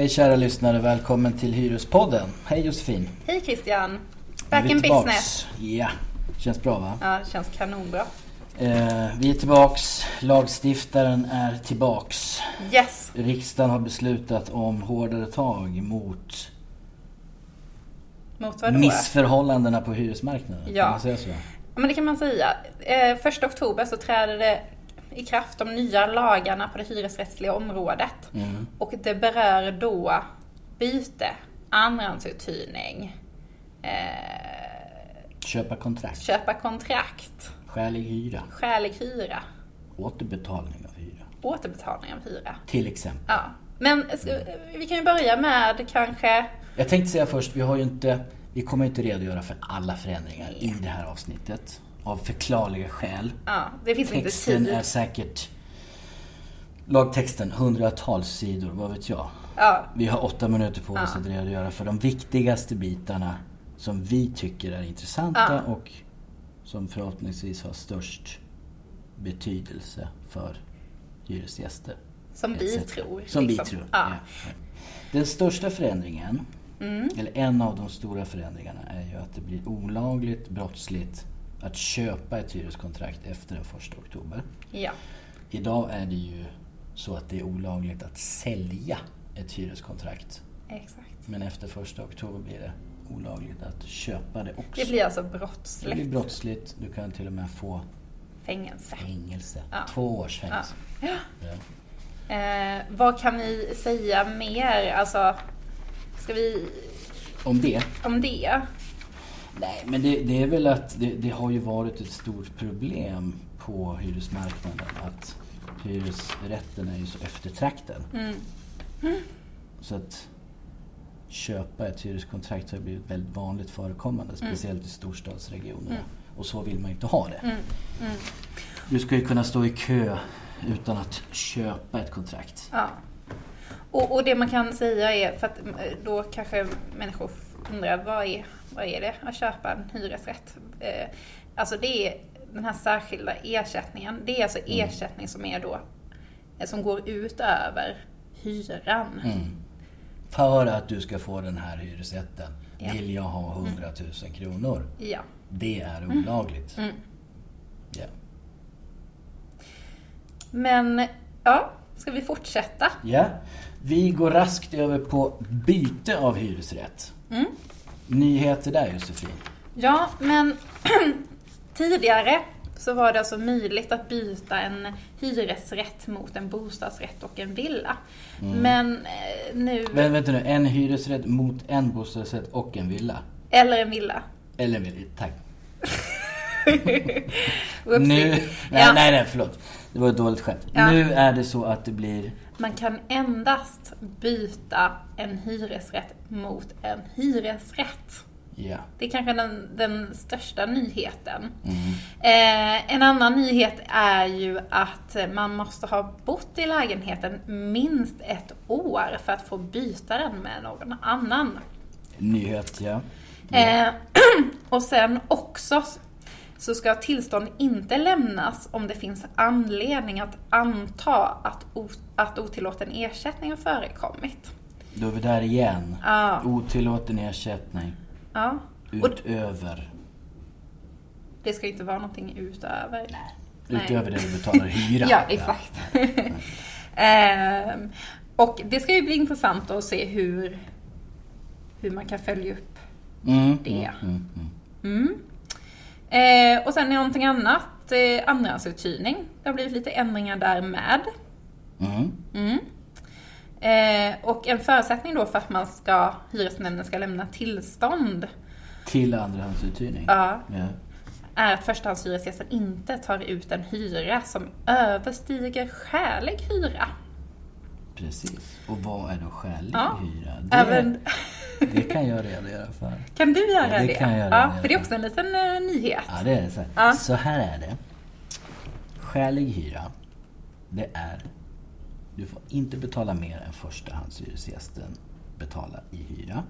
kära lyssnare, välkommen till Hyrespodden. Hej Josefin. Hej Christian. Back in business. Ja, känns bra va? Ja, det känns kanonbra. Vi är tillbaks, lagstiftaren är tillbaks. Yes. Riksdagen har beslutat om hårdare tag mot vad då? Missförhållandena på hyresmarknaden. Ja. Kan man säga så? Men det kan man säga. 1 oktober så träder det i kraft de nya lagarna på det hyresrättsliga området. Mm. Och det berör då byte, andrahandsuthyrning, Köpa kontrakt. Skälig hyra. Återbetalning av hyra. Till exempel. Ja. Men vi kan ju börja med kanske... Jag tänkte säga först, vi kommer inte redogöra för alla förändringar i det här avsnittet. Av förklarliga skäl. Ja, det finns inte tid. Texten är säkert... Lagtexten, hundratals sidor, vad vet jag. Ja. Vi har 8 minuter på oss att redogöra för de viktigaste bitarna som vi tycker är intressanta och som förhoppningsvis har störst betydelse för hyresgäster. Som vi tror. Vi tror. Ja. Den största förändringen, eller en av de stora förändringarna, är ju att det blir olagligt, brottsligt att köpa ett hyreskontrakt efter den 1 oktober. Ja. Idag är det ju så att det är olagligt att sälja ett hyreskontrakt. Exakt. Men efter 1 oktober blir det olagligt att köpa det också. Det blir alltså brottsligt. Det blir brottsligt. Du kan till och med få fängelse. Ja. 2 års fängelse. Ja. Ja. Vad kan vi säga mer? Alltså, ska vi... Om det? Nej, men det är väl att det har ju varit ett stort problem på hyresmarknaden att hyresrätten är ju så eftertraktad. Så att köpa ett hyreskontrakt har blivit väldigt vanligt förekommande, speciellt i storstadsregionerna. Och så vill man inte ha det. Du ska ju kunna stå i kö utan att köpa ett kontrakt. Ja. Och det man kan säga är, för att då kanske människor undrar, vad är det att köpa en hyresrätt? Alltså det är den här särskilda ersättningen. Det är alltså ersättning som är då som går ut över hyran. För att du ska få den här hyresrätten vill jag ha 100 000 kronor. Ja. Det är olagligt. Ja. Men, ska vi fortsätta? Ja, vi går raskt över på byte av hyresrätt. Nyheter där, Josefin. Ja, men tidigare så var det alltså möjligt att byta en hyresrätt mot en bostadsrätt och en villa. Men nu... Vänta nu, en hyresrätt mot en bostadsrätt och en villa? Eller en villa. Tack. Nu, nej, förlåt. Det var ett dåligt skämt. Ja. Nu är det så att det blir... Man kan endast byta en hyresrätt mot en hyresrätt. Ja. Det är kanske den största nyheten. En annan nyhet är ju att man måste ha bott i lägenheten minst 1 år för att få byta den med någon annan. Nyhet, ja. Och sen också så ska tillstånd inte lämnas om det finns anledning att anta att otillåten ersättning har förekommit. Då är vi där igen. Ja. Otillåten ersättning. Ja. Utöver. Det ska inte vara någonting utöver. Nej. Utöver det du betalar hyra. Ja, exakt. Och det ska ju bli intressant att se hur man kan följa upp det. Och sen är någonting annat. Andrahandsuthyrning. Det har blivit lite ändringar där med. Och en förutsättning då för att hyresnämnden ska lämna tillstånd till andrahandsuthyrning. Ja. Är att förstahandshyresgästen inte tar ut en hyra som överstiger skälig hyra. Precis. Och vad är då skälig hyra? Det kan jag redogöra för. Kan du göra det? Det kan jag göra. För det är också en liten nyhet. Ja, det är det. Så. Så här är det. Skälig hyra, det är... Du får inte betala mer än förstahandshyresgästen betalar i hyra.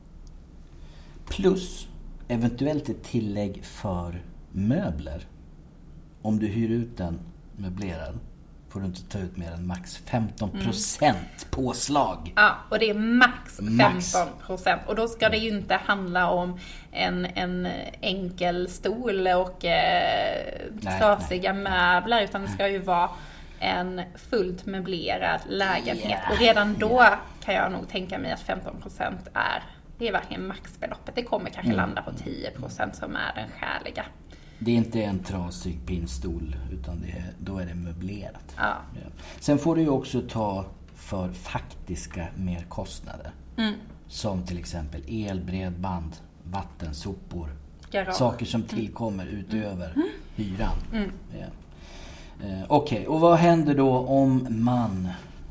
Plus eventuellt ett tillägg för möbler. Om du hyr ut den möblerad får du inte ta ut mer än max 15% påslag. Ja, och det är max 15%. Och då ska det ju inte handla om en enkel stol och trasiga möbler, utan det ska ju vara en fullt möblerad lägenhet. Och redan då kan jag nog tänka mig att 15% det är verkligen maxbeloppet. Det kommer kanske landa på 10% som är den skäliga. Det är inte en trasig pinnstol, utan då är det möblerat. Ja. Sen får du ju också ta för faktiska merkostnader. Som till exempel elbredband, vattensopor. Garage. Saker som tillkommer utöver hyran. Ja. Okej, och vad händer då om man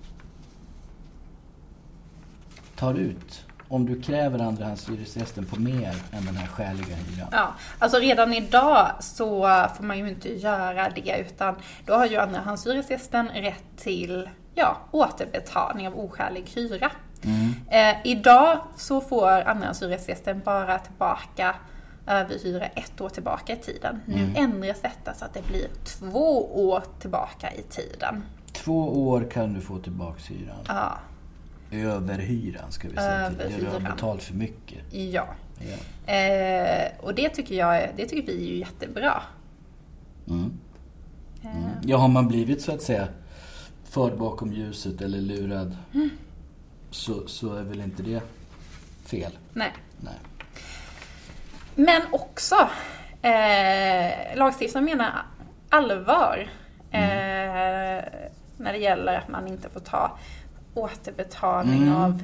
tar ut, om du kräver andrahandshyresgästen på mer än den här skäliga hyran? Ja, alltså redan idag så får man ju inte göra det, utan då har ju andrahandshyresgästen rätt till återbetalning av oskälig hyra. Idag så får andrahandshyresgästen bara tillbaka överhyra 1 år tillbaka i tiden. Nu ändras detta så att det blir 2 år tillbaka i tiden. 2 år kan du få tillbaka hyran. Ja. Överhyran ska vi säga. Du har betalt för mycket. Ja. Och det tycker vi är ju jättebra. Ja, har man blivit så att säga förd bakom ljuset eller lurad så är väl inte det fel? Nej. Men också lagstiftaren menar allvar när det gäller att man inte får ta återbetalning av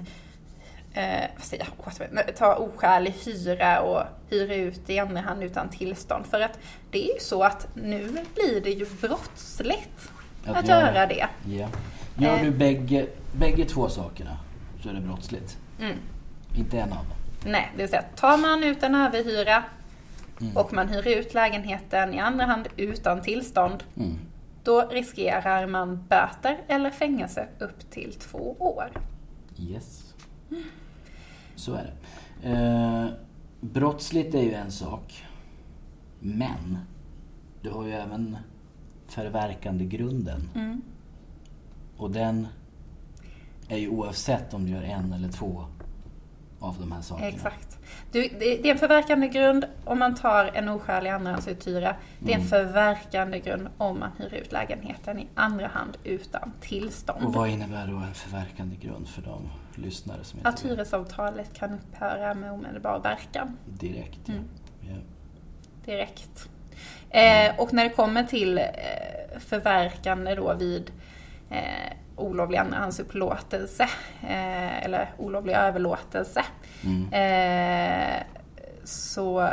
ta oskälig hyra och hyra ut i andra hand utan tillstånd. För att det är ju så att nu blir det ju brottsligt att göra det. Ja. Gör du bägge två sakerna så är det brottsligt. Inte en av dem. Nej, det vill säga tar man ut en överhyra och man hyr ut lägenheten i andra hand utan tillstånd, då riskerar man böter eller fängelse upp till 2 år. Yes. Så är det. Brottsligt är ju en sak, men du har ju även förverkande grunden. Och den är ju oavsett om du gör 1 eller 2 av de här sakerna. Exakt. Det är en förverkande grund om man tar en oskälig andrahandshyra. Det är en förverkande grund om man hyr ut lägenheten i andra hand utan tillstånd. Och vad innebär då en förverkande grund för de lyssnare som inte att hyresavtalet kan upphöra med omedelbar verkan. Direkt, ja. Direkt. Och när det kommer till förverkande då vid olovlig andrahandsupplåtelse eller olovlig överlåtelse så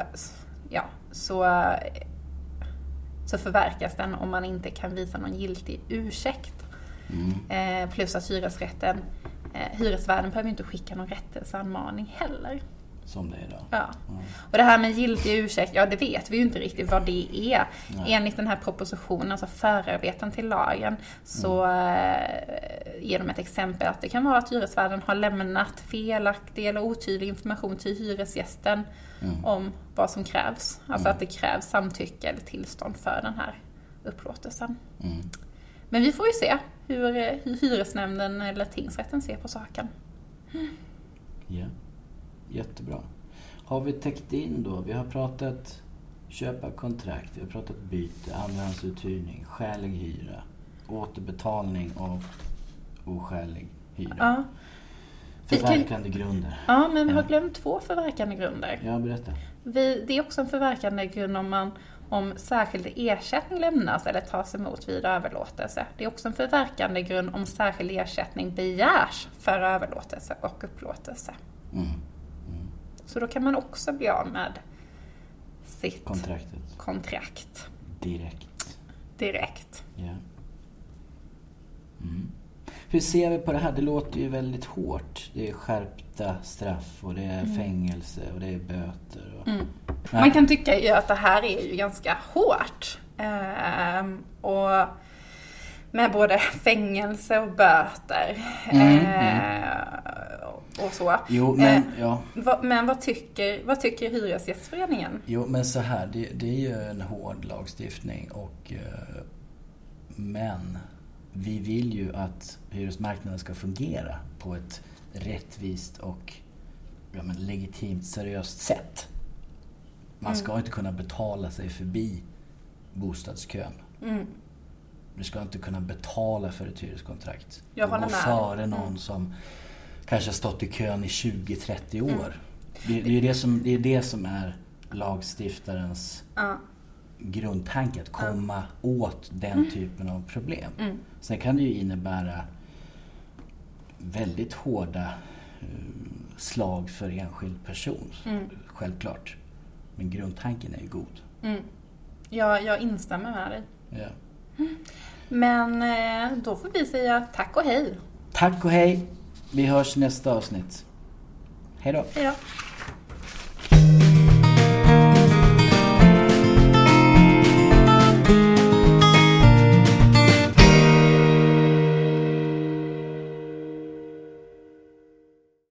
förverkas den om man inte kan visa någon giltig ursäkt. Plus att hyresvärden behöver inte skicka någon rättelseanmaning heller. Som det är idag. Ja. Och det här med giltig ursäkt, det vet vi ju inte riktigt vad det är. Nej. Enligt den här propositionen, alltså förarbeten till lagen, så ger de ett exempel att det kan vara att hyresvärden har lämnat felaktig eller otydlig information till hyresgästen om vad som krävs. Alltså att det krävs samtycke eller tillstånd för den här upplåtelsen. Men vi får ju se hur hyresnämnden eller tingsrätten ser på saken. Ja. Jättebra. Har vi täckt in då? Vi har pratat köpa kontrakt, vi har pratat byte, andrahandsuthyrning, skälig hyra, återbetalning av oskälig hyra. Ja. Förverkande grunder. Ja, men vi har glömt 2 förverkande grunder. Ja, berätta. Det är också en förverkande grund om särskild ersättning lämnas eller tas emot vid överlåtelse. Det är också en förverkande grund om särskild ersättning begärs för överlåtelse och upplåtelse. Så då kan man också bli av med sitt kontrakt. Direkt. Ja. Hur ser vi på det här? Det låter ju väldigt hårt. Det är skärpta straff och det är fängelse och det är böter. Och... Man kan tycka ju att det här är ju ganska hårt. Och med både fängelse och böter. Och så. Jo, men, men vad tycker Hyresgästföreningen? Jo, men så här, det är ju en hård lagstiftning men vi vill ju att hyresmarknaden ska fungera på ett rättvist och legitimt, seriöst sätt. Man ska inte kunna betala sig förbi bostadskön. Du ska inte kunna betala för ett hyreskontrakt. Jag håller med. Gå före någon som kanske har stått i kön i 20-30 år. Det är det som är lagstiftarens grundtanke, att komma åt den typen av problem. Sen kan det ju innebära väldigt hårda slag för enskild person, självklart. Men grundtanken är ju god. Jag instämmer med dig. Ja. Men då får vi säga tack och hej. Tack och hej. Vi hörs nästa avsnitt. Hej då. Hej då.